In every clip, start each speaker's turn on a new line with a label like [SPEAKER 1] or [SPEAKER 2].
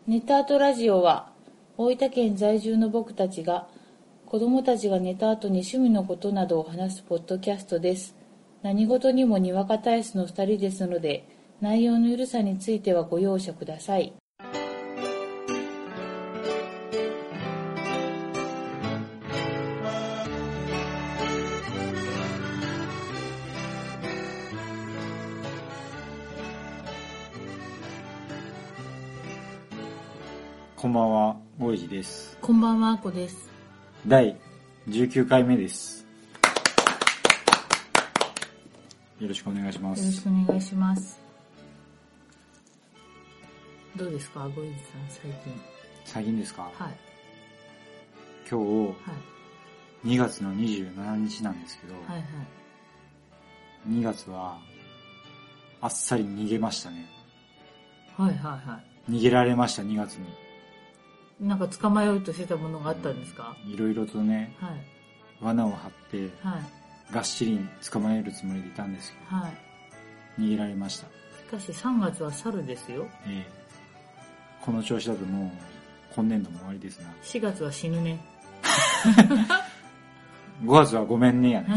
[SPEAKER 1] ネタアートラジオは大分県在住の僕たちが子どもたちが寝た後に趣味のことなどを話すポッドキャストです。何事にもにわか体質の2人ですので、内容のゆるさについてはご容赦ください。
[SPEAKER 2] こんばんは、大石です。
[SPEAKER 1] こんばんは、あこです。
[SPEAKER 2] 第19回目です。よろしくお願いします。
[SPEAKER 1] よろしくお願いします。どうですか、大石さん、最近。
[SPEAKER 2] 最近ですか？
[SPEAKER 1] はい。
[SPEAKER 2] 今日、
[SPEAKER 1] はい、
[SPEAKER 2] 2月の27日なんですけど、
[SPEAKER 1] はいはい。
[SPEAKER 2] 2月はあっさり逃げましたね。
[SPEAKER 1] はいはいはい。
[SPEAKER 2] 逃げられました、2月に。
[SPEAKER 1] なんか捕まえようとしてたものがあったんですか？
[SPEAKER 2] いろいろとね、
[SPEAKER 1] はい、
[SPEAKER 2] 罠を張って、
[SPEAKER 1] はい、
[SPEAKER 2] がっしり捕まえるつもりでいたんですけど、
[SPEAKER 1] はい、
[SPEAKER 2] 逃げられました。し
[SPEAKER 1] かし3月は猿ですよ。
[SPEAKER 2] この調子だともう今年度も終わりですな。
[SPEAKER 1] 4月は死ぬね。
[SPEAKER 2] 5月はごめんねやね。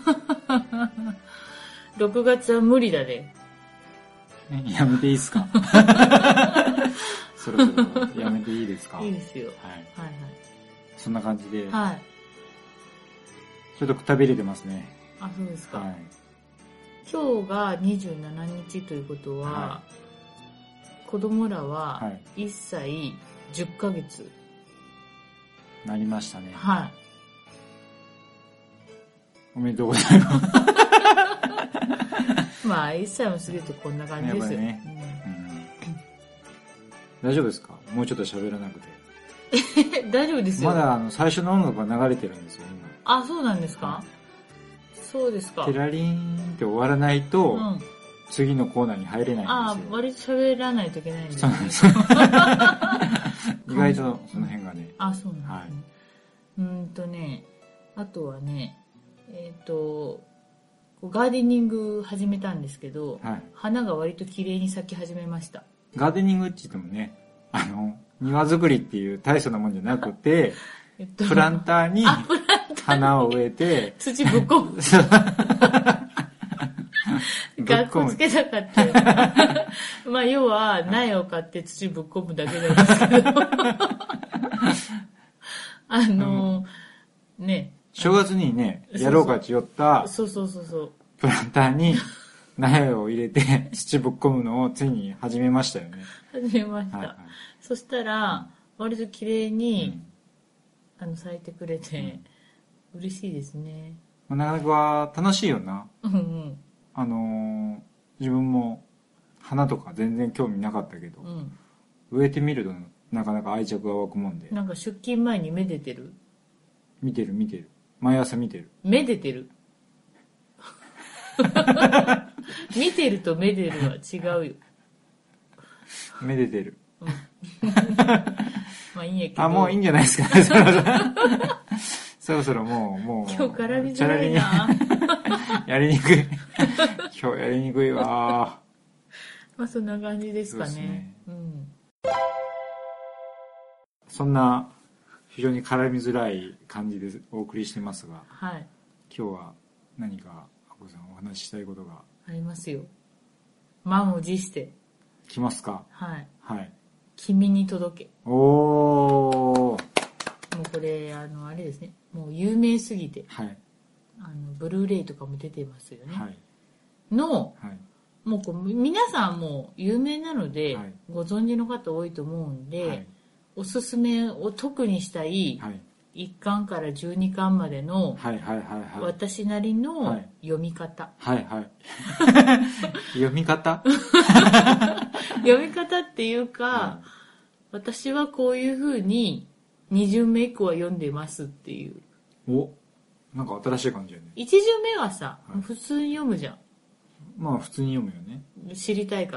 [SPEAKER 1] 6月は無理だね。
[SPEAKER 2] やめていいっすか？そろそろやめていいですか？
[SPEAKER 1] いいですよ。
[SPEAKER 2] はい。
[SPEAKER 1] はいはい。
[SPEAKER 2] そんな感じで、
[SPEAKER 1] はい。
[SPEAKER 2] ちょっとくたびれてますね。
[SPEAKER 1] あ、そうですか。
[SPEAKER 2] はい。
[SPEAKER 1] 今日が27日ということは、
[SPEAKER 2] は
[SPEAKER 1] 子供らは
[SPEAKER 2] はい
[SPEAKER 1] 1歳10ヶ月。
[SPEAKER 2] なりましたね。
[SPEAKER 1] はい。
[SPEAKER 2] おめでとうございます。
[SPEAKER 1] まあ、1歳も過ぎるとこんな感じですよ。
[SPEAKER 2] やっぱりね。大丈夫ですか？もうちょっと喋らなくて。
[SPEAKER 1] 大丈夫ですよ。
[SPEAKER 2] まだ最初の音楽が流れてるんですよ、今。
[SPEAKER 1] あ、そうなんですか？
[SPEAKER 2] は
[SPEAKER 1] そうですか。
[SPEAKER 2] テラリーンって終わらないと、
[SPEAKER 1] うん。
[SPEAKER 2] 次のコーナーに入れないん
[SPEAKER 1] あ、
[SPEAKER 2] ですよ。
[SPEAKER 1] 割と喋らないといけないんです
[SPEAKER 2] そうなんですよ。意外とその辺がね。
[SPEAKER 1] あ、そうなんですね。あとはね、ガーデニング始めたんですけど、
[SPEAKER 2] はい。
[SPEAKER 1] 花が割と綺麗に咲き始めました。
[SPEAKER 2] ガーデニングって言ってもね、庭作りっていう大層なもんじゃなくて、プランターに花を植えて、
[SPEAKER 1] 土ぶっ込む。学校つけたかったよ。まあ、要は、苗を買って土ぶっ込むだけなんですけど。ね。
[SPEAKER 2] 正月にね、やろうかちよった、
[SPEAKER 1] そう。
[SPEAKER 2] プランターに苗を入れて土ぶっ込むのをついに始めましたよね。
[SPEAKER 1] 始めました。はいはい、そしたら、割と綺麗に、咲いてくれて、嬉しいですね。
[SPEAKER 2] なかなか楽しいよな。
[SPEAKER 1] うんうん。
[SPEAKER 2] 自分も花とか全然興味なかったけど、植えてみるとなかなか愛着が湧くもんで。
[SPEAKER 1] なんか出勤前にめでてる？
[SPEAKER 2] 見てる。毎朝見てる。
[SPEAKER 1] めでてる。見てるとめでるは違うよ。
[SPEAKER 2] めでてる。
[SPEAKER 1] まあいいんやけど。
[SPEAKER 2] あ、もういいんじゃないですかね。そろそろもう。
[SPEAKER 1] 今日絡みづらいな。
[SPEAKER 2] やりにくい。今日やりにくいわ。
[SPEAKER 1] まあそんな感じですかね。
[SPEAKER 2] そうですね。そんな非常に絡みづらい感じでお送りしてますが、
[SPEAKER 1] はい。
[SPEAKER 2] 今日は何かあこさんお話ししたいことが
[SPEAKER 1] ありますよ。満を持して。
[SPEAKER 2] 来ますか？
[SPEAKER 1] はい。
[SPEAKER 2] はい。
[SPEAKER 1] 君に届け。
[SPEAKER 2] おー。
[SPEAKER 1] もうこれあれですね。もう有名すぎて。
[SPEAKER 2] はい。
[SPEAKER 1] ブルーレイとかも出てますよね。
[SPEAKER 2] はい。
[SPEAKER 1] の、
[SPEAKER 2] はい。
[SPEAKER 1] もう皆さんも有名なので、
[SPEAKER 2] はい、
[SPEAKER 1] ご存知の方多いと思うんで、
[SPEAKER 2] はい、
[SPEAKER 1] おすすめを特にしたい、1巻から12巻までの、私なりの読み方。
[SPEAKER 2] はいはい。読み方
[SPEAKER 1] 読み方っていうか、私はこういう風に2巡目以降は読んでますっていう。
[SPEAKER 2] お、なんか新しい感じよね。
[SPEAKER 1] 1巡目はさ、普通に読むじゃん。
[SPEAKER 2] まあ普通に読むよね。
[SPEAKER 1] 知りたいから、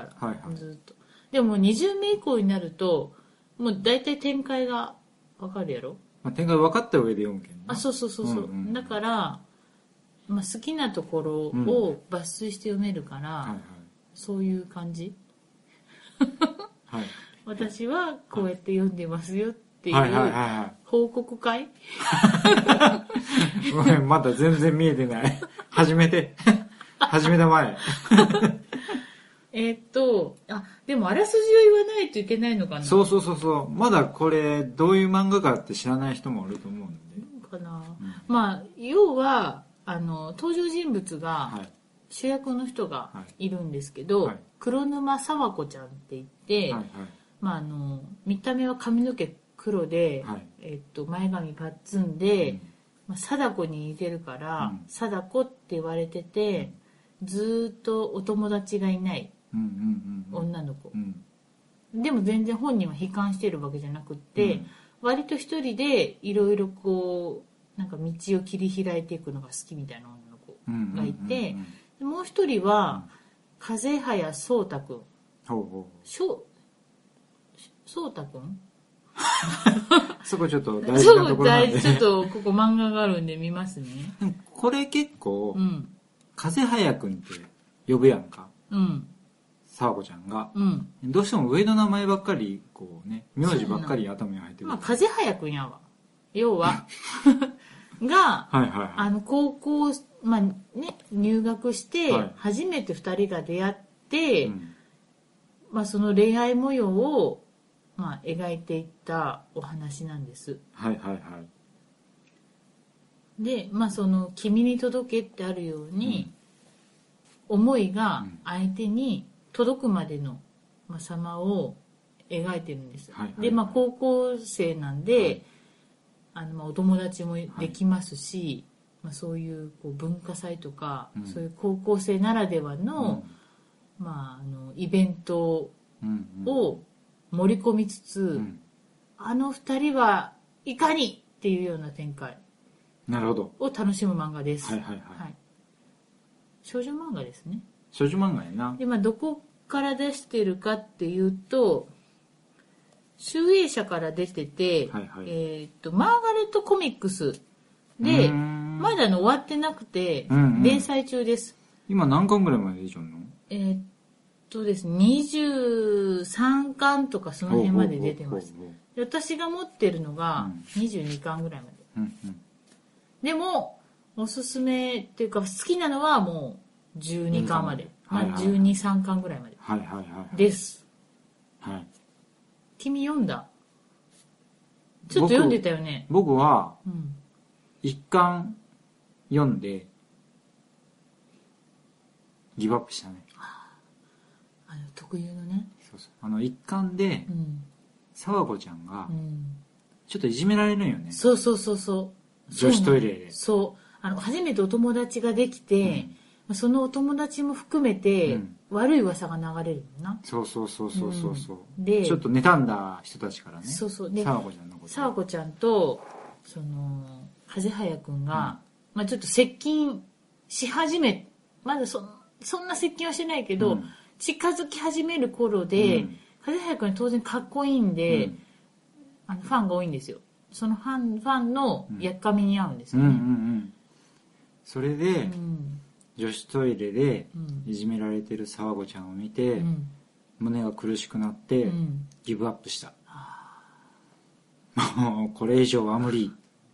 [SPEAKER 1] ずっと。でも2巡目以降になると、もう大体展開がわかるやろ？
[SPEAKER 2] まあ、展開分かった上で読むけどね。
[SPEAKER 1] あ、そう。だから、まあ、好きなところを抜粋して読めるから、そういう感じ。
[SPEAKER 2] はい。
[SPEAKER 1] 私はこうやって読んでますよっていう
[SPEAKER 2] はいはいはいはい。
[SPEAKER 1] 報告会。
[SPEAKER 2] ごめん、まだ全然見えてない。始めた前。
[SPEAKER 1] でもあらすじを言わないといけないのかな。
[SPEAKER 2] そう。まだこれ、どういう漫画かって知らない人もいると思うんで。
[SPEAKER 1] かな、まあ、要は、登場人物が、
[SPEAKER 2] はい、
[SPEAKER 1] 主役の人がいるんですけど、
[SPEAKER 2] はい、
[SPEAKER 1] 黒沼佐和子ちゃんって言って、はいはい、まあ、見た目は髪の毛黒で、はい、前髪パッツンで、まあ、貞子に似てるから、貞子って言われてて、ずっとお友達がいない女の子、でも全然本人は悲観してるわけじゃなくって、割と一人でいろいろこうなんか道を切り開いていくのが好きみたいな女の子がいて、もう一人は風早颯太くん。颯太くん
[SPEAKER 2] そこちょっと大事なところなんで。
[SPEAKER 1] ちょっとここ漫画があるんで見ますね。
[SPEAKER 2] これ結構、風早くんって呼ぶやんか。さわこちゃんが、どうしても上の名前ばっかりこうね、名字ばっかり頭に入ってる。
[SPEAKER 1] まあ風早くんやわ。要はが、高校、まあね、入学して初めて2人が出会って、まあその恋愛模様をまあ描いていったお話なんです。で、まあその君に届けってあるように、思いが相手に届くまでの様を描いてるんです。で、まあ高校生なんで、まあお友達もできますし、まあそういうこう文化祭とか、そういう高校生ならではの、まあイベントを盛り込みつつ、あの二人はいかにっていうような展開を楽しむ漫画です。少女漫画ですね。
[SPEAKER 2] 少女漫画やな。
[SPEAKER 1] で、まあどこから出してるかっていうと、集英社から出てて、マーガレットコミックスで、まだ終わってなくて、連載中です。
[SPEAKER 2] 今何巻ぐらいまで出ちゃうの？
[SPEAKER 1] ですね、23巻とかその辺まで出てます。で、私が持ってるのが22巻ぐらいまで。でも、おすすめっていうか好きなのはもう12巻まで。まあ12、3巻ぐらいまで。です。君読んだ？ちょっと読んでたよね。
[SPEAKER 2] 僕は、1巻読んで、ギブアップしたね。
[SPEAKER 1] 特有のね。
[SPEAKER 2] 1巻で、さわこちゃんが、ちょっといじめられるんよね。
[SPEAKER 1] そう。
[SPEAKER 2] 女子トイレで。
[SPEAKER 1] そう。初めてお友達ができて、そのお友達も含めて、悪い噂が流れるのな。
[SPEAKER 2] そう。で、ちょっと妬んだ人たちからね。
[SPEAKER 1] で、
[SPEAKER 2] さわこちゃんのこと。
[SPEAKER 1] さわこちゃんと、風早くんが、まあちょっと接近し始め、まだそんな接近はしてないけど、近づき始める頃で、風早くん当然かっこいいんで、ファンが多いんですよ。そのファンのやっかみに合うんですよね。
[SPEAKER 2] それで、女子トイレでいじめられてるさわこちゃんを見て、胸が苦しくなって、ギブアップした。もうこれ以上は無理。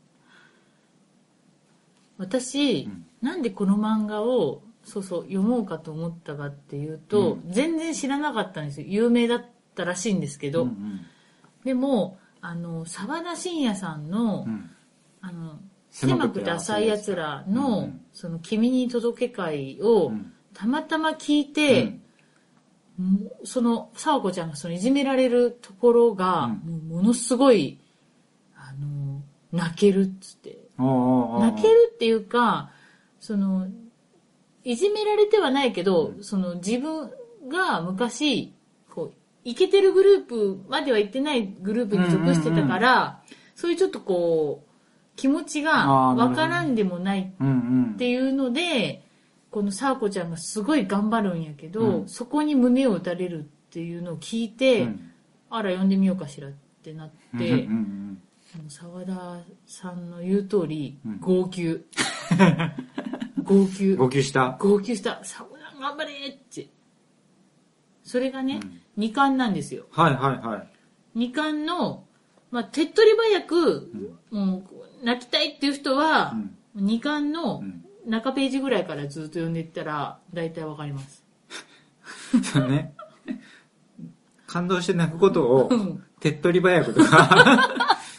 [SPEAKER 1] 私、なんでこの漫画を読もうかと思ったかっていうと、全然知らなかったんですよ。有名だったらしいんですけど、でも沢田信也さんの、狭くて浅いやつらの、その君に届け会をたまたま聞いて、そのさわこちゃんがそのいじめられるところが、ものすごい泣けるっつって、泣けるっていうか、いじめられてはないけど、自分が昔こうイケてるグループまでは行ってないグループに属してたから、そういうちょっとこう気持ちがわからんでもないっていうので、このさわこちゃんがすごい頑張るんやけど、そこに胸を打たれるっていうのを聞いて、あら読んでみようかしらってなって、沢田さんの言う通り、号泣した。沢田頑張れって。それがね、2巻なんですよ。 2巻の、手っ取り早く、もう泣きたいっていう人は、2巻の中ページぐらいからずっと読んでいったら大体わかります。
[SPEAKER 2] そうね。感動して泣くことを手っ取り早くとか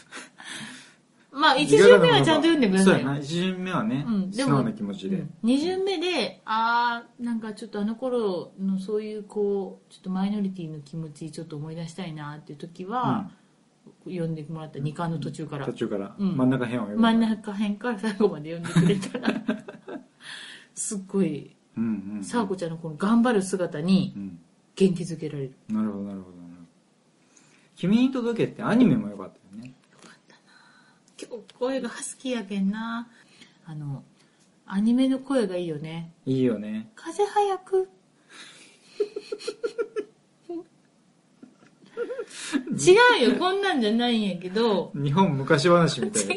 [SPEAKER 1] 1巡目はちゃんと読んでくださいよ。
[SPEAKER 2] そうやな、1巡目はね、素直な気持ちで。
[SPEAKER 1] 2巡目で、なんかちょっとあの頃のそういうちょっとマイノリティの気持ちちょっと思い出したいなっていう時は、読んでもらった2巻の途中から。
[SPEAKER 2] 真ん中辺を読む。
[SPEAKER 1] 真ん中辺から最後まで読んでくれたら、すっごい、さわこちゃんのこの頑張る姿に元気づけられる。
[SPEAKER 2] なるほど。君に届けってアニメも良かったよね。
[SPEAKER 1] 良かったな。今日声がハスキーやけんな。アニメの声がいいよね。
[SPEAKER 2] いいよね。
[SPEAKER 1] 風早く。違うよ、こんなんじゃないんやけど。
[SPEAKER 2] 日本昔話みたいな。
[SPEAKER 1] 違う。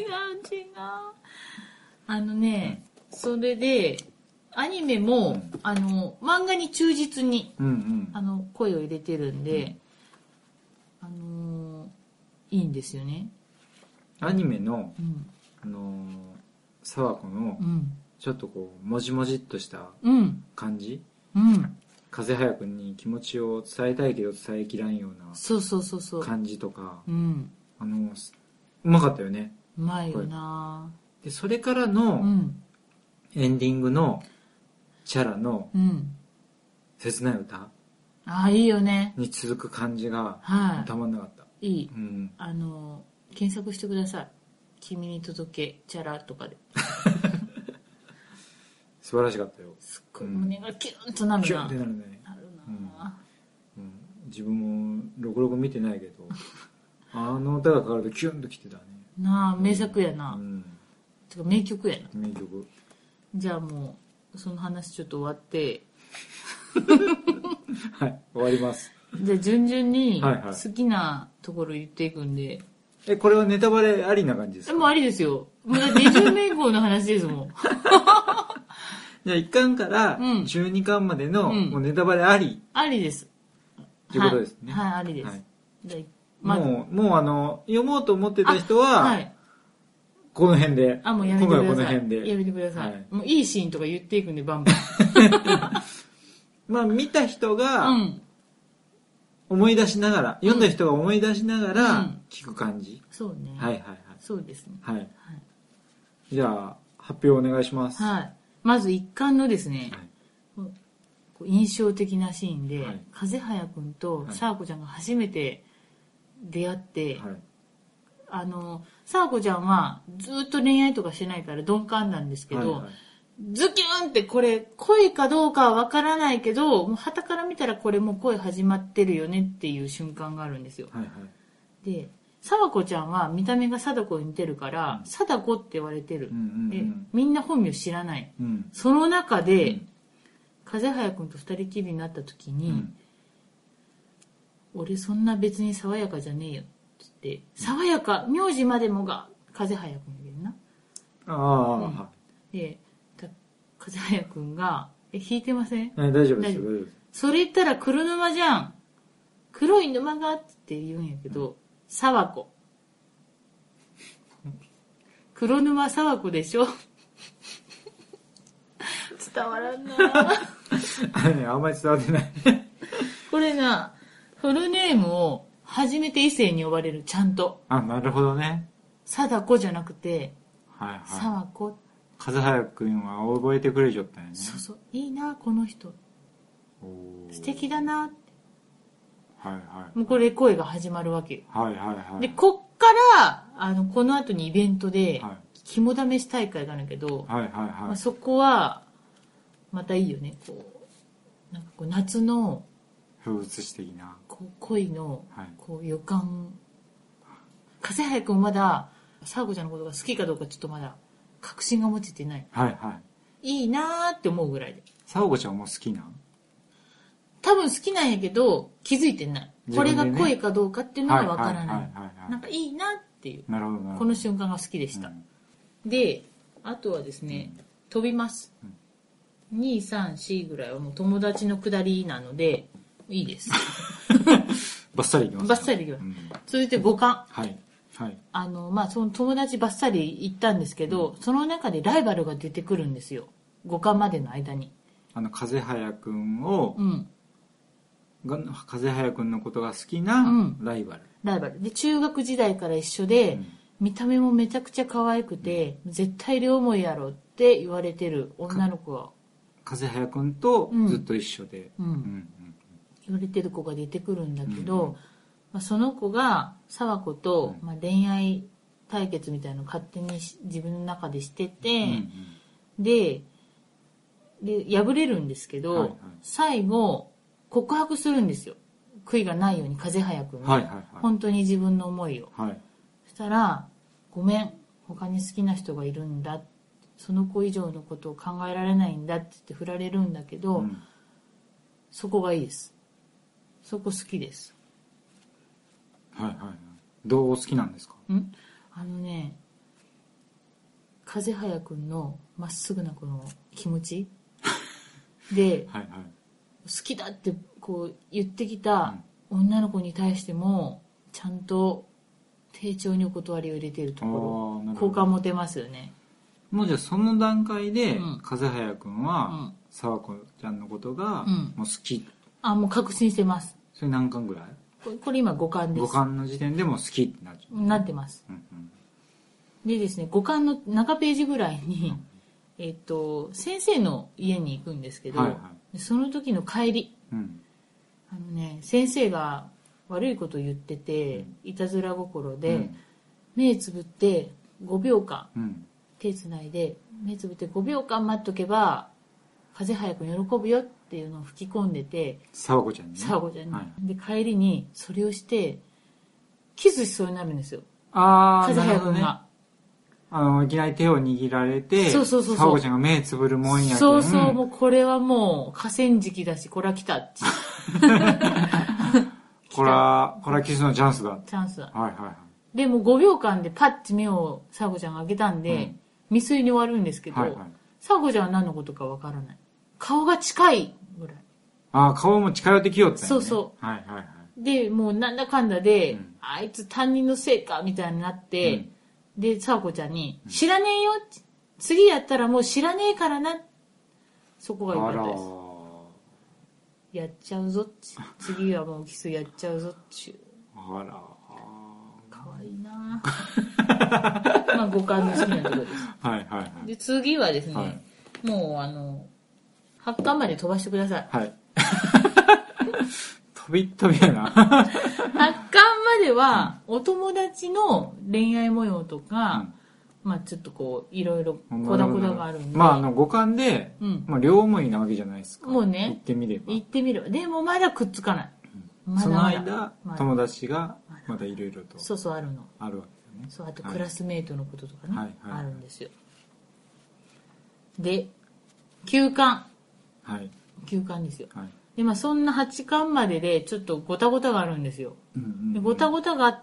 [SPEAKER 1] それで、アニメも、漫画に忠実に、声を入れてるんで、いいんですよね。
[SPEAKER 2] アニメの、沢子の、ちょっともじもじっとした感じ、風早くんに気持ちを伝えたいけど伝えきらんような感じとか、うまかったよね。
[SPEAKER 1] うまいよな。
[SPEAKER 2] でそれからの、エンディングのチャラの切ない歌、
[SPEAKER 1] いいよね
[SPEAKER 2] に続く感じがたまんなかった。
[SPEAKER 1] いい、検索してください。君に届けチャラとかで
[SPEAKER 2] 素晴らしかったよ。
[SPEAKER 1] すっごい胸がキュンとなるな。
[SPEAKER 2] キュンってなるね。自分もろくろく見てないけどあの歌がかかるとキュンときてたね。
[SPEAKER 1] 名作やな。てか名曲やな。
[SPEAKER 2] 名曲。
[SPEAKER 1] じゃあもうその話ちょっと終わって
[SPEAKER 2] はい、終わります。
[SPEAKER 1] じゃあ順々に好きなところ言っていくんで。
[SPEAKER 2] これはネタバレありな感じですか？
[SPEAKER 1] もうありですよ。もう20名以降の話ですもん。
[SPEAKER 2] じゃあ1巻から12巻までのもうネタバレあり。
[SPEAKER 1] ありです。
[SPEAKER 2] ということですね。
[SPEAKER 1] はい、ありです。
[SPEAKER 2] もう読もうと思ってた人は、この辺で。
[SPEAKER 1] もうやめてください。
[SPEAKER 2] 今回はこの辺で。
[SPEAKER 1] やめてください。もういいシーンとか言っていくんで、バンバン。
[SPEAKER 2] 見た人が、思い出しながら、読んだ人が思い出しながら、聞く感じ。
[SPEAKER 1] そうね。そうですね。
[SPEAKER 2] じゃあ、発表お願いします。
[SPEAKER 1] まず1巻のですね、印象的なシーンで、風早くんとさわこちゃんが初めて出会って、さわこちゃんはずっと恋愛とかしてないから鈍感なんですけど、ズキュンってこれ恋かどうかはわからないけど、もう傍から見たらこれもう恋始まってるよねっていう瞬間があるんですよ。で、さわこちゃんは見た目が貞子に似てるから、貞子って言われてる。で、みんな本名知らない。その中で、風早くんと二人きりになった時に、俺そんな別に爽やかじゃねえよって言って、爽やか、名字までもが風早くんやけどな。で、風早くんが、弾いてません？
[SPEAKER 2] 大丈夫です。
[SPEAKER 1] それ言ったら黒沼じゃん。黒い沼がって言うんやけど、沢子。黒沼沢子でしょ。伝わらんな。
[SPEAKER 2] あんまり伝わってない。
[SPEAKER 1] これな、フルネームを初めて異性に呼ばれる、ちゃんと。
[SPEAKER 2] なるほどね。
[SPEAKER 1] 貞子じゃなくて、沢子。
[SPEAKER 2] 風早くんは覚えてくれちゃったよね。
[SPEAKER 1] そう。いいな、この人。素敵だなって。もうこれ声が始まるわけ。で、こっから、この後にイベントで、肝試し大会があるんだけど、そこは、またいいよね。なんか夏の、
[SPEAKER 2] 風物詩的な。
[SPEAKER 1] 恋の、予感。風早くんまだ、さわこちゃんのことが好きかどうかちょっとまだ、確信が持ててない。いいなーって思うぐらいで。
[SPEAKER 2] さわこちゃんも好きなん？
[SPEAKER 1] 多分好きなんやけど気づいてない。これが恋かどうかっていうのがわからない。なんかいいなっていう。
[SPEAKER 2] なるほど。
[SPEAKER 1] この瞬間が好きでした。で、あとはですね、飛びます。2、3、4ぐらいはもう友達のくだりなのでいいです。
[SPEAKER 2] バッサリいきます。
[SPEAKER 1] バッサリいきます。続いて5巻。
[SPEAKER 2] はい。はい。
[SPEAKER 1] その友達バッサリ行ったんですけど、その中でライバルが出てくるんですよ。5巻までの間に。
[SPEAKER 2] 風早くんを、風早くんのことが好きなライバル。
[SPEAKER 1] ライバル。で、中学時代から一緒で、見た目もめちゃくちゃ可愛くて、絶対両思いやろって言われてる女の子が。
[SPEAKER 2] 風早くんとずっと一緒で。
[SPEAKER 1] 言われてる子が出てくるんだけど、その子が沢子と、恋愛対決みたいなのを勝手に自分の中でしてて、で破れるんですけど、最後告白するんですよ。悔いがないように風早くんに、本当に自分の思いを、そしたらごめん、他に好きな人がいるんだ、その子以上のことを考えられないんだって言って振られるんだけど、そこがいいです。そこ好きです。
[SPEAKER 2] どう好きなんですか？
[SPEAKER 1] 風早くんのまっすぐなこの気持ちで好きだってこう言ってきた女の子に対してもちゃんと丁重にお断りを入れているところ、好感持てますよね。
[SPEAKER 2] もうじゃあその段階で、風早くんは沢子ちゃんのことがもう好き、
[SPEAKER 1] もう確信してます。
[SPEAKER 2] それ何巻ぐらい？
[SPEAKER 1] これ今5巻です。
[SPEAKER 2] 5巻の時点でも好きって
[SPEAKER 1] なってます。でですね、5巻の中ページぐらいに、先生の家に行くんですけど、その時の帰り、先生が悪いことを言ってて、いたずら心で、目つぶって5秒間、手つないで目つぶって5秒間待っとけば風早く喜ぶよっていうのを吹き込んでて、
[SPEAKER 2] 沢子ちゃんに、
[SPEAKER 1] で帰りにそれをしてキスしそうになるんですよ。風早くんが、
[SPEAKER 2] いきなり手を握られて、沢子ちゃんが目つぶるもんやけど、
[SPEAKER 1] もうこれはもう河川敷だし、これは来たって
[SPEAKER 2] これはキスのチャンスだ。
[SPEAKER 1] でも5秒間でパッて目を沢子ちゃんが開けたんで、未遂に終わるんですけど、沢子ちゃんは何のことかわからない。顔が近いぐらい。
[SPEAKER 2] 顔も近寄ってきよったよね。
[SPEAKER 1] でもうなんだかんだで、あいつ担任のせいかみたいになって、で沢子ちゃんに、知らねえよ、次やったらもう知らねえからな、そこが良かったです。やっちゃうぞっち、次はもうキスやっちゃうぞっちゅう。かわいいな5巻の好きなところです。で次はですね、もう8巻まで飛ばしてください。
[SPEAKER 2] 飛び飛びやな。
[SPEAKER 1] 8巻まではお友達の恋愛模様とか、ちょっとこういろいろこだこだがあるんで、
[SPEAKER 2] 5巻で、両思いなわけじゃないですか。
[SPEAKER 1] もうね、
[SPEAKER 2] 言ってみれ
[SPEAKER 1] ばでもまだくっつかない。
[SPEAKER 2] その間友達がまだいろいろと
[SPEAKER 1] あるの、あるわけね。あとクラスメートのこととかね、あるんですよ。で9巻、9巻ですよ。でそんな8巻まででちょっとごたごたがあるんですよ。でごたごたがあって、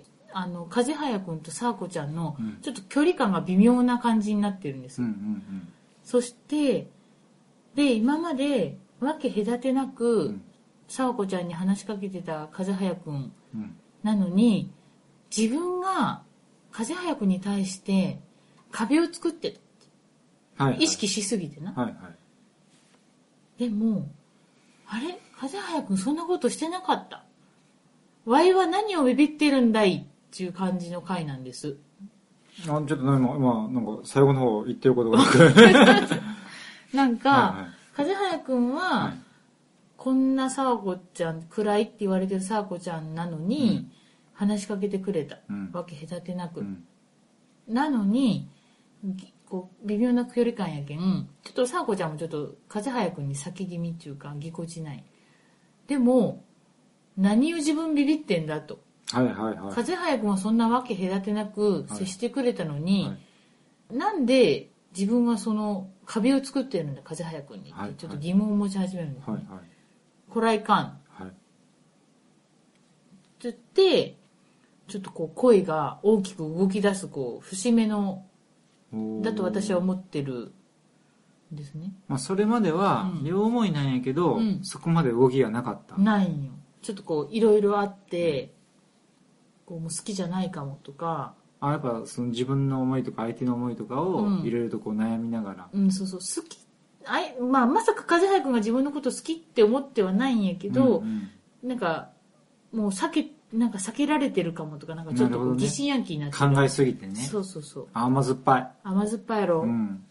[SPEAKER 1] 風早くんと沢子ちゃんのちょっと距離感が微妙な感じになってるんです。そしてで今までわけ隔てなく、沢子ちゃんに話しかけてた風早くんなのに、自分が風早くんに対して壁を作ってた、意識しすぎてな、でもあれ、風早くんそんなことしてなかった、わいは何をビビってるんだいっていう感じの回なんです。
[SPEAKER 2] ちょっと今なんか最後の方言ってることが
[SPEAKER 1] なんか風早くんは、こんな沢子ちゃん、暗いって言われてる沢子ちゃんなのに、話しかけてくれた、わけ隔てなく、なのにこう微妙な距離感やけん、ちょっと沢子ちゃんもちょっと風早くんに先気味っていうかぎこちない。でも何を自分ビビってんだと、風早くんはそんなわけ隔てなく接してくれたのに、なんで自分はその壁を作ってるんだ風早くんにってちょっと疑問を持ち始めるんですね。こらいかん、って言ってちょっとこう声が大きく動き出すこう節目のだと私は思ってるんですね。
[SPEAKER 2] それまでは両思いなんやけど、そこまで動きがなかった。
[SPEAKER 1] ないんよ。 ちょっとこういろいろあって、こうもう好きじゃないかもとか、
[SPEAKER 2] やっぱその自分の思いとか相手の思いとかをいろいろとこう悩みながら、
[SPEAKER 1] そうそう、好き、まさか風早くんが自分のこと好きって思ってはないんやけど、なんかもう避けられてるかもとか、なんかちょっとこう疑心暗鬼になってる、
[SPEAKER 2] 考えすぎてね。
[SPEAKER 1] そうそうそう、
[SPEAKER 2] 甘酸っぱい
[SPEAKER 1] やろ、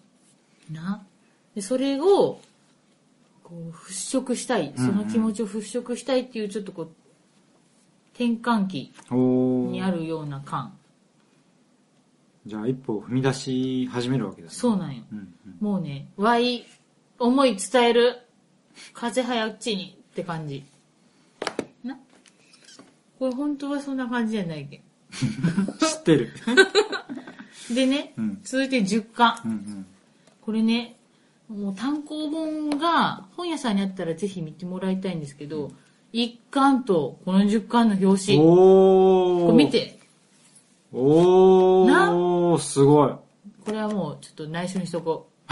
[SPEAKER 1] でそれをこう払拭したい、その気持ちを払拭したいっていうちょっとこう転換期にあるような感。
[SPEAKER 2] じゃあ一歩踏み出し始めるわけですね。
[SPEAKER 1] そうなんよ、もうね、思い伝える、風早うちにって感じな。これ本当はそんな感じじゃないけん
[SPEAKER 2] 知ってる
[SPEAKER 1] でね、続いて10巻、これね、もう単行本が本屋さんにあったらぜひ見てもらいたいんですけど、1巻とこの10巻の表紙、これ見て、
[SPEAKER 2] すごい。
[SPEAKER 1] これはもうちょっと内緒にしとこう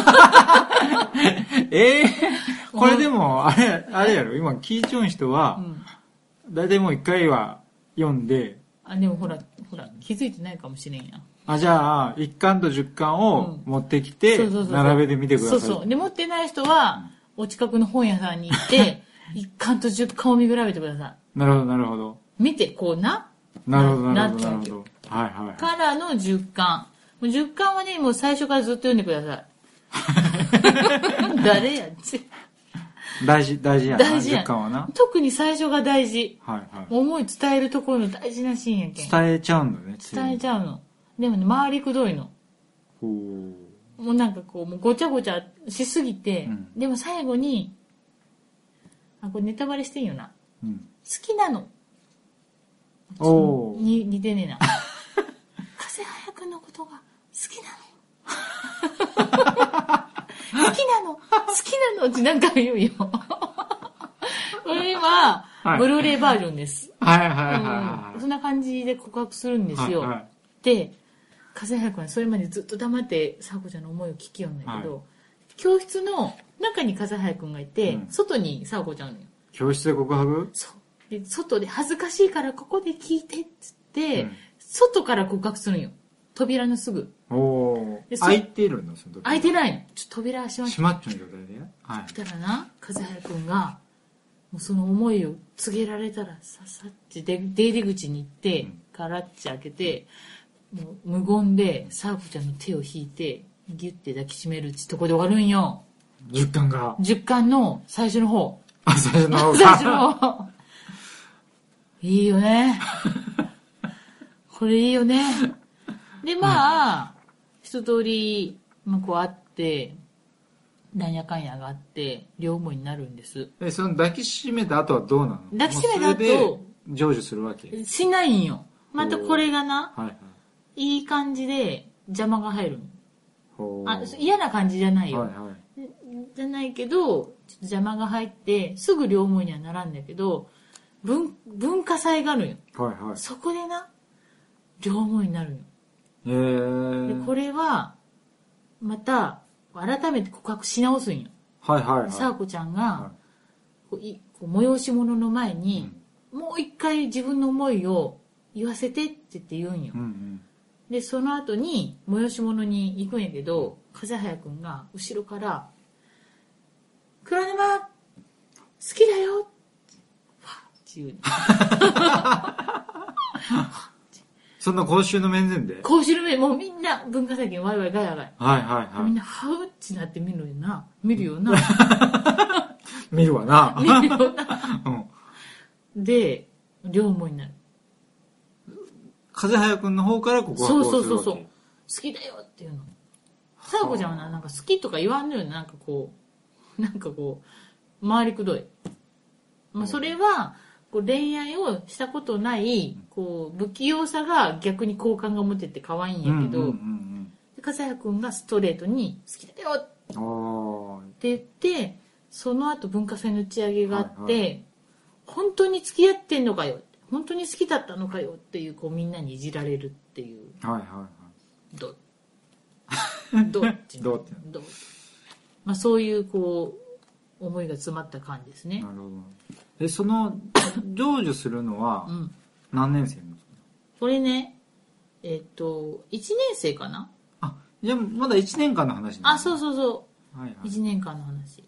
[SPEAKER 2] これでもあれやろ、今聞いちゃう人は、だいたいもう1回は読んで、
[SPEAKER 1] でもほら気づいてないかもしれんや。
[SPEAKER 2] じゃあ1巻と10巻を持ってきて、並べてみてください。
[SPEAKER 1] そうで持ってない人は、お近くの本屋さんに行って1巻と10巻を見比べてください。
[SPEAKER 2] なるほどなるほど。
[SPEAKER 1] 見てこうな
[SPEAKER 2] るほどなるほど。
[SPEAKER 1] からの10巻。10巻はね、もう最初からずっと読んでください。誰やっち。
[SPEAKER 2] 大事やな、10巻はな。
[SPEAKER 1] 特に最初が大事。思い伝えるところの大事なシーンやけん。
[SPEAKER 2] 伝えちゃうんだね。
[SPEAKER 1] 伝えちゃうの。でもね、回りくどいの。もうなんかこう、もうごちゃごちゃしすぎて、でも最後に、これネタバレしてんよな。好きなの。似てねえな。風早くんのことが好きなの。好きなのって何回も言うよ。これは、ブルーレイバージョンです。そんな感じで告白するんですよ。で、風早くんはそれまでずっと黙ってさこちゃんの思いを聞きよんだけど、教室の中に風早くんがいて、外にさこちゃんのよ。
[SPEAKER 2] 教室で告白？
[SPEAKER 1] そう。で、外で恥ずかしいからここで聞いてっつって、外から告白するんよ。扉のすぐ。
[SPEAKER 2] 開いてるの？その時
[SPEAKER 1] 開いてないの。ちょっと扉閉
[SPEAKER 2] まっちゃう状態で。
[SPEAKER 1] そしたらな、風早くんが、もうその思いを告げられたら、さっち出入り口に行って、ガラッチ開けて、もう無言で、さあこちゃんの手を引いて、ギュッて抱きしめるってとこで終わるんよ。
[SPEAKER 2] 10巻が。
[SPEAKER 1] 10巻の最初の方。
[SPEAKER 2] 最初の方か。
[SPEAKER 1] 最初の方。いいよね。これいいよね。で、一通り、こうあって、なんやかんやがあって、両思いになるんです。
[SPEAKER 2] その抱きしめた後はどうなの？
[SPEAKER 1] 抱きしめた後、
[SPEAKER 2] 成就するわけ？
[SPEAKER 1] しないんよ。またこれがな、いい感じで邪魔が入るの。嫌な感じじゃないよ。じゃないけど、ちょっと邪魔が入って、すぐ両思いにはならんだけど、文化祭があるんよ。そこでな、両思いになるんよ。で、これは、また、改めて告白し直すんよ。さあこちゃんが、催し物の前に、もう一回自分の思いを言わせてって言うんよ。で、その後に、催し物に行くんやけど、風早くんが後ろから、黒沼、好きだよって言う。
[SPEAKER 2] そんな公衆の面前で？
[SPEAKER 1] 公衆の面、もうみんな文化祭にワイワイガヤガヤ。みんな、はうってなって見るよな。見るわな。で、両思いになる。
[SPEAKER 2] 風早くんの方から告白をするわけ？そう。
[SPEAKER 1] 好きだよっていうの。さあこちゃんはなんか好きとか言わんのよ。なんかこう、回りくどい。それは、恋愛をしたことない、不器用さが逆に好感が持てて可愛いんやけど、風早くんがストレートに好きだよって言って、その後文化祭の打ち上げがあって、本当に付き合ってんのかよ、本当に好きだったのかよっていう、みんなにいじられるっていう。どっちそういう思いが詰まった感じですね。
[SPEAKER 2] なるほど。 その成就するのは何年生の、
[SPEAKER 1] これね1年生かな。
[SPEAKER 2] あ、じゃあまだ1年間の話
[SPEAKER 1] なんです。あ、そう、はいはい、1年間の話。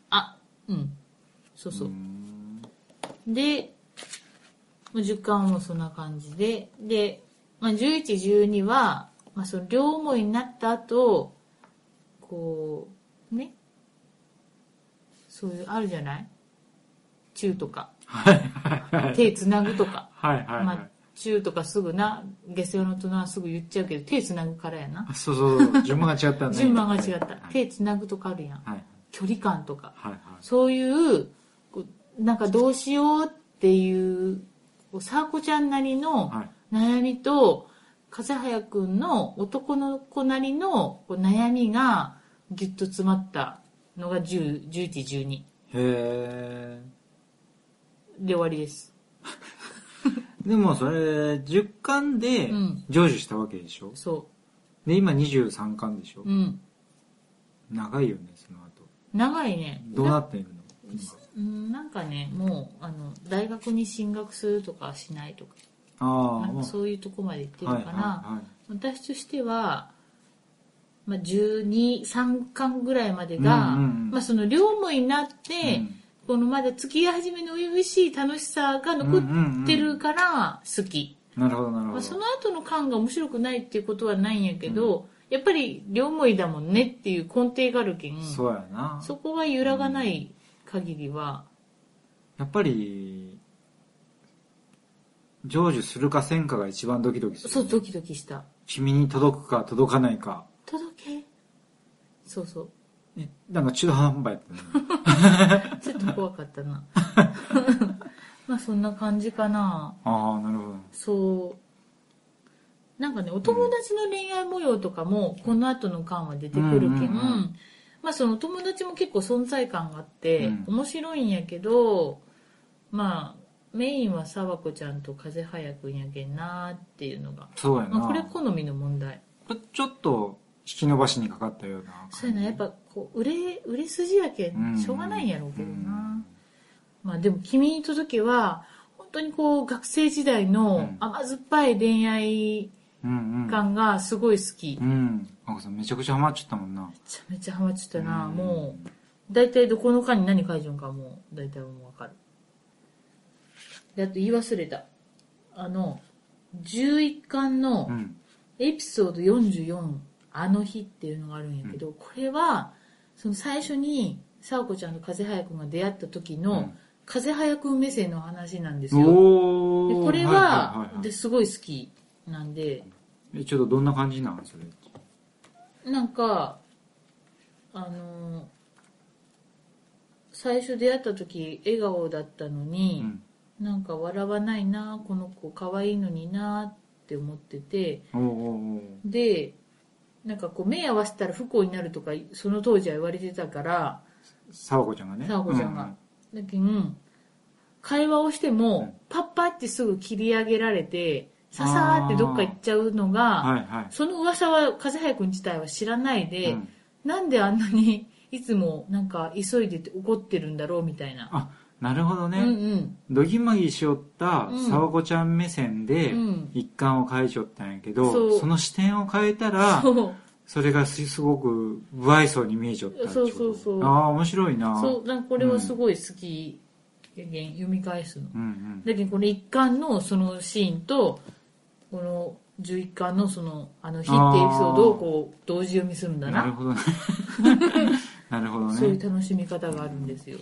[SPEAKER 1] そう。で10巻もそんな感じで、11、12は、その両思いになった後、こうね、そういうあるじゃない、チューとか、手つなぐとか、チューとかすぐな、下世話の大人はすぐ言っちゃうけど、手つなぐからやな。
[SPEAKER 2] そう、順番が違ったね。
[SPEAKER 1] 順番が違った。手つなぐとかあるやん。距離感とか、そういうなんかどうしようっていうさわこちゃんなりの悩みと、風早くんの男の子なりの悩みがギュッと詰まったのが10、11、12。
[SPEAKER 2] へ
[SPEAKER 1] ー。で終わりです。
[SPEAKER 2] でもそれ10巻で成就したわけでしょ。
[SPEAKER 1] そう。
[SPEAKER 2] で今23巻でしょ。長いよね、その後。
[SPEAKER 1] 長いね。
[SPEAKER 2] どうなってんの？
[SPEAKER 1] なんかね、もう大学に進学するとかしないとか、なんかそういうとこまで行ってるから、私としては、12、3巻ぐらいまでが、その両思いになって、このまだ付き合い始めの初々しい楽しさが残ってるから好き。
[SPEAKER 2] なるほどなるほど。
[SPEAKER 1] その後の巻が面白くないっていうことはないんやけど、やっぱり両思いだもんねっていう根底があるけん、
[SPEAKER 2] そうやな。
[SPEAKER 1] そこが揺らがない限りは、
[SPEAKER 2] やっぱり成就するかせんかが一番ドキドキする、ね。
[SPEAKER 1] そう、ドキドキした。
[SPEAKER 2] 君に届くか届かないか。
[SPEAKER 1] 届け。そう。
[SPEAKER 2] なんか中途半端やった
[SPEAKER 1] ね。ちょっと怖かったな。そんな感じかな。
[SPEAKER 2] ああ、なるほど。
[SPEAKER 1] そう。なんかね、お友達の恋愛模様とかもこの後の巻は出てくるけん、その友達も結構存在感があって、面白いんやけど、メインはさわこちゃんと風早くんやけんなーっていうのが。
[SPEAKER 2] そうやな。
[SPEAKER 1] これ好みの問題。
[SPEAKER 2] ちょっと引き伸ばしにかかったような。
[SPEAKER 1] そうやな、やっぱ売れ筋やけん、しょうがないんやろうけどな。でも君に届けは、本当に学生時代の甘酸っぱい恋愛感がすごい好き。
[SPEAKER 2] めちゃくちゃハマっちゃったもんな。
[SPEAKER 1] めちゃハマっちゃったな。もう大体どこの巻に何書いてるのかもう大体もう分かる。で、あと言い忘れた。11巻のエピソード44、あの日っていうのがあるんやけど、これはその最初にさわこちゃんと風早くんが出会った時の風早くん目線の話なんですよ。でこれは、すごい好きなんで。
[SPEAKER 2] ちょっとどんな感じなんそれ。
[SPEAKER 1] なんか最初出会った時笑顔だったのに、なんか笑わないな、この子可愛いのになって思ってて、でなんか目合わせたら不幸になるとかその当時は言われてたから、
[SPEAKER 2] さわこちゃんがね、
[SPEAKER 1] だけど会話をしても、パッパってすぐ切り上げられてささーってどっか行っちゃうのが、その噂は風早くん自体は知らないで、なんであんなにいつもなんか急いでて怒ってるんだろうみたいな。
[SPEAKER 2] あ、なるほどね。どぎまぎしよったさわこちゃん目線で一巻を書いちゃったんやけど、その視点を変えたらそれがすごく不愛想に見えちゃったってこと。そう。ああ、面白いな。
[SPEAKER 1] なんかこれはすごい好き。読み返すの。だけどこれ一巻のそのシーンとこの11巻のそのあの日ってエピソードを同時読みするんだな。
[SPEAKER 2] なるほどね。なるほどね。
[SPEAKER 1] そういう楽しみ方があるんですよ。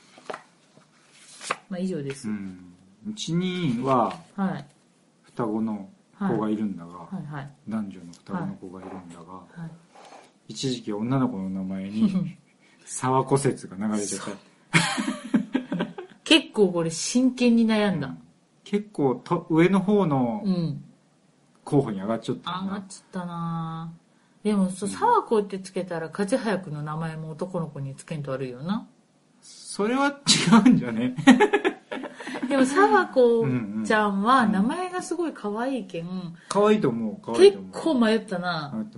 [SPEAKER 1] 以上です。
[SPEAKER 2] うちには双子の子がいるんだが、男女の双子の子がいるんだが、一時期女の子の名前に沢子説が流れてた。
[SPEAKER 1] 結構これ真剣に悩んだ。
[SPEAKER 2] 結構上の方の候補に上がっちゃったな。
[SPEAKER 1] 上がっちゃったな。でも沢子ってつけたら風早くの名前も男の子につけんと悪いよな。
[SPEAKER 2] それは違うんじゃね。
[SPEAKER 1] でも沢子ちゃんは名前がすごい可愛いけん。
[SPEAKER 2] 可愛いと思う。
[SPEAKER 1] 結構迷ったな。
[SPEAKER 2] 迷った。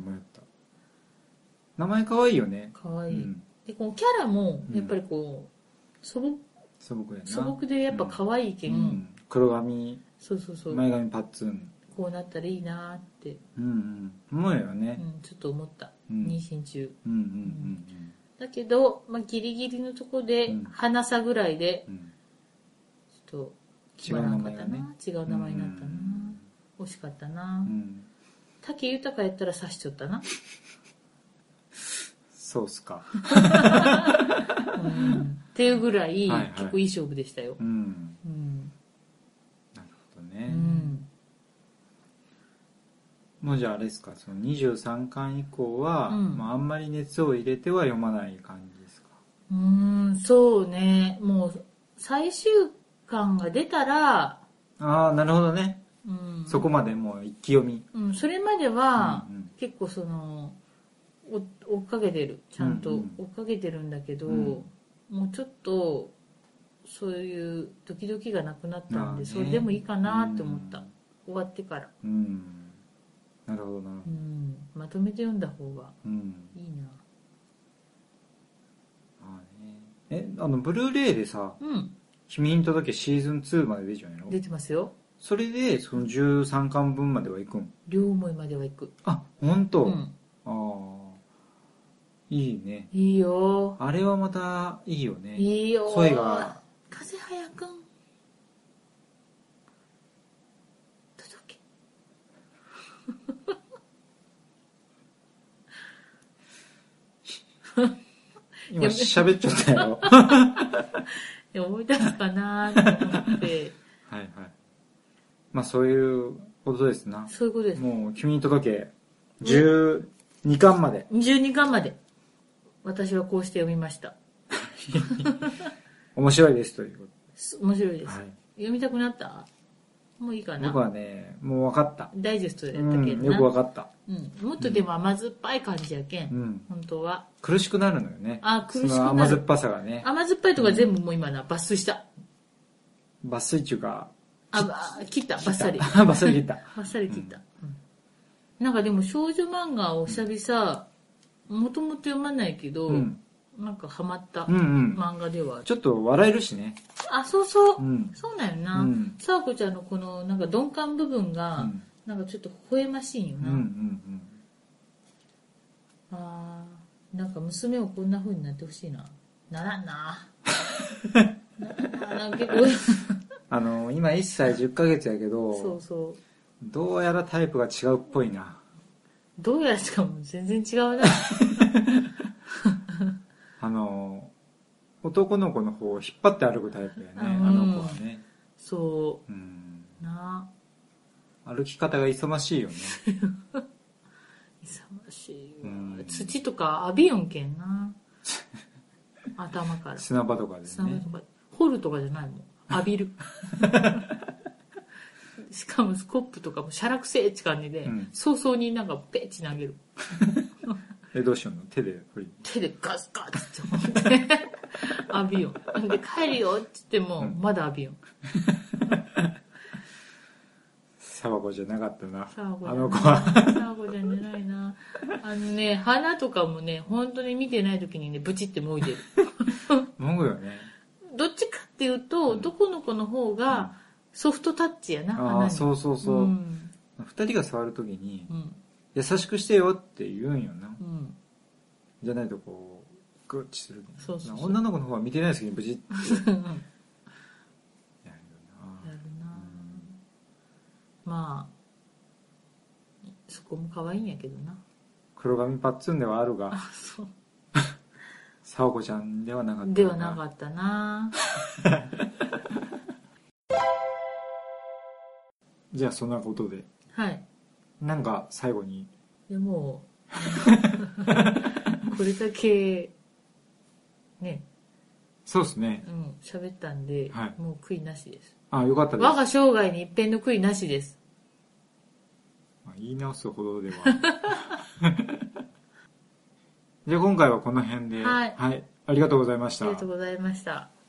[SPEAKER 2] 名前可愛いよね。
[SPEAKER 1] 可愛い。でこのキャラもやっぱり素
[SPEAKER 2] 素朴やな。
[SPEAKER 1] 素朴でやっぱ可愛いけん、
[SPEAKER 2] 黒髪、
[SPEAKER 1] そうそうそう、
[SPEAKER 2] 前髪パッツン、
[SPEAKER 1] こうなったらいいなって、
[SPEAKER 2] 思うよね、
[SPEAKER 1] ちょっと思った、妊娠中、だけど、ギリギリのとこで、花さぐらいで、ちょっと決まらなかったな、違う名前になったな、惜しかったな、武豊やったら刺しちゃったな。
[SPEAKER 2] そうっすか。
[SPEAKER 1] っていうぐらい、結構いい勝負でしたよ。
[SPEAKER 2] なるほどね。もうじゃああれですか、その23巻以降は、あんまり熱を入れては読まない感じですか？
[SPEAKER 1] そうね。もう最終巻が出たら、
[SPEAKER 2] ああ、なるほどね。そこまでもう一気読み。
[SPEAKER 1] それまでは、結構その追っかけてる、ちゃんと追っかけてるんだけど、もうちょっとそういうドキドキがなくなったんで、それでもいいかなって思った、終わってから。
[SPEAKER 2] なるほどな。
[SPEAKER 1] まとめて読んだ方がいいな。
[SPEAKER 2] ブルーレイでさ、君に届けシーズン2まで出ちゃうやろ？
[SPEAKER 1] 出てますよ。
[SPEAKER 2] それでその13巻分までは行くん？
[SPEAKER 1] 両思いまでは行く。
[SPEAKER 2] あ、本当？いいね。
[SPEAKER 1] いいよ。
[SPEAKER 2] あれはまたいいよね。
[SPEAKER 1] いいよ。
[SPEAKER 2] 声が。
[SPEAKER 1] 風早くん。届け。
[SPEAKER 2] 今喋っちゃったよ。
[SPEAKER 1] 思い出すかなと思って。
[SPEAKER 2] はいはい。まあそういうことですな。
[SPEAKER 1] そういうことです。
[SPEAKER 2] もう君に届け12巻まで。
[SPEAKER 1] 12巻まで。私はこうして読みました。
[SPEAKER 2] 面白いですということ。
[SPEAKER 1] 面白いです。読みたくなった？もういいかな。
[SPEAKER 2] 僕はね、もう分かった。
[SPEAKER 1] ダイジェストでやったけどな。
[SPEAKER 2] よく分かった。
[SPEAKER 1] もっとでも甘酸っぱい感じやけん。本当は。
[SPEAKER 2] 苦しくなるのよね。
[SPEAKER 1] 苦しくなる。
[SPEAKER 2] その甘酸っぱさがね。
[SPEAKER 1] 甘酸っぱいとか全部もう今抜粋した。
[SPEAKER 2] 抜粋っていうか。
[SPEAKER 1] 切った、バッサリ。
[SPEAKER 2] バッサリ切った。
[SPEAKER 1] バッサリ切った。なんかでも少女漫画を久々、もともと読まないけど、なんかハマった漫画ではある。
[SPEAKER 2] ちょっと笑えるしね。
[SPEAKER 1] そうそう。そうなんよな。さわこちゃんのこのなんか鈍感部分が、なんかちょっと微笑ましいんよな。なんか娘をこんな風になってほしいな。ならんな。結構
[SPEAKER 2] 今1歳10ヶ月やけど、
[SPEAKER 1] そうそう。
[SPEAKER 2] どうやらタイプが違うっぽいな。
[SPEAKER 1] どうやらしかも全然違うな。
[SPEAKER 2] 男の子の方を引っ張って歩くタイプやね、あの子はね。
[SPEAKER 1] そう。な。
[SPEAKER 2] 歩き方が勇ましいよね。
[SPEAKER 1] 勇ましいわ。土とか浴びよんけんな。頭から。
[SPEAKER 2] 砂場とかでね。
[SPEAKER 1] 砂場とか。掘るとかじゃないもん。浴びる。しかもスコップとかもシャラくせえって感じで、早々になんかペッチ投げる。
[SPEAKER 2] どうしようの？手で振り。
[SPEAKER 1] 手でガスガスって思って。浴びよん。で、帰るよって言っても、まだ浴びよん。
[SPEAKER 2] サワコじゃなかったな。
[SPEAKER 1] あの子は。サワコじゃないな。花とかもね、本当に見てない時にね、ブチってもいでる。
[SPEAKER 2] もぐよね。
[SPEAKER 1] どっちかっていうと、男の子の方がソフトタッチやな、花に。
[SPEAKER 2] そうそうそう。二人が触る時に、優しくしてよって言うんよな。じゃないとこう、グッチする。そうそうそう。女の子の方は見てないですけど、ブチって。やるな。
[SPEAKER 1] まあ、そこも可愛いんやけどな。
[SPEAKER 2] 黒髪パッツンではあるが。
[SPEAKER 1] そう。
[SPEAKER 2] サワコちゃんではなかったな。
[SPEAKER 1] ではなかったな。
[SPEAKER 2] じゃあそんなことで。
[SPEAKER 1] はい。
[SPEAKER 2] なんか最後に。
[SPEAKER 1] でもこれだけね。
[SPEAKER 2] そうですね。
[SPEAKER 1] 喋ったんで、もう悔いなしです。
[SPEAKER 2] よかったです。
[SPEAKER 1] 我が生涯に一遍の悔いなしです。
[SPEAKER 2] 言い直すほどでは。じゃあ今回はこの辺で。はい。ありがとうございました。
[SPEAKER 1] ありがとうございました。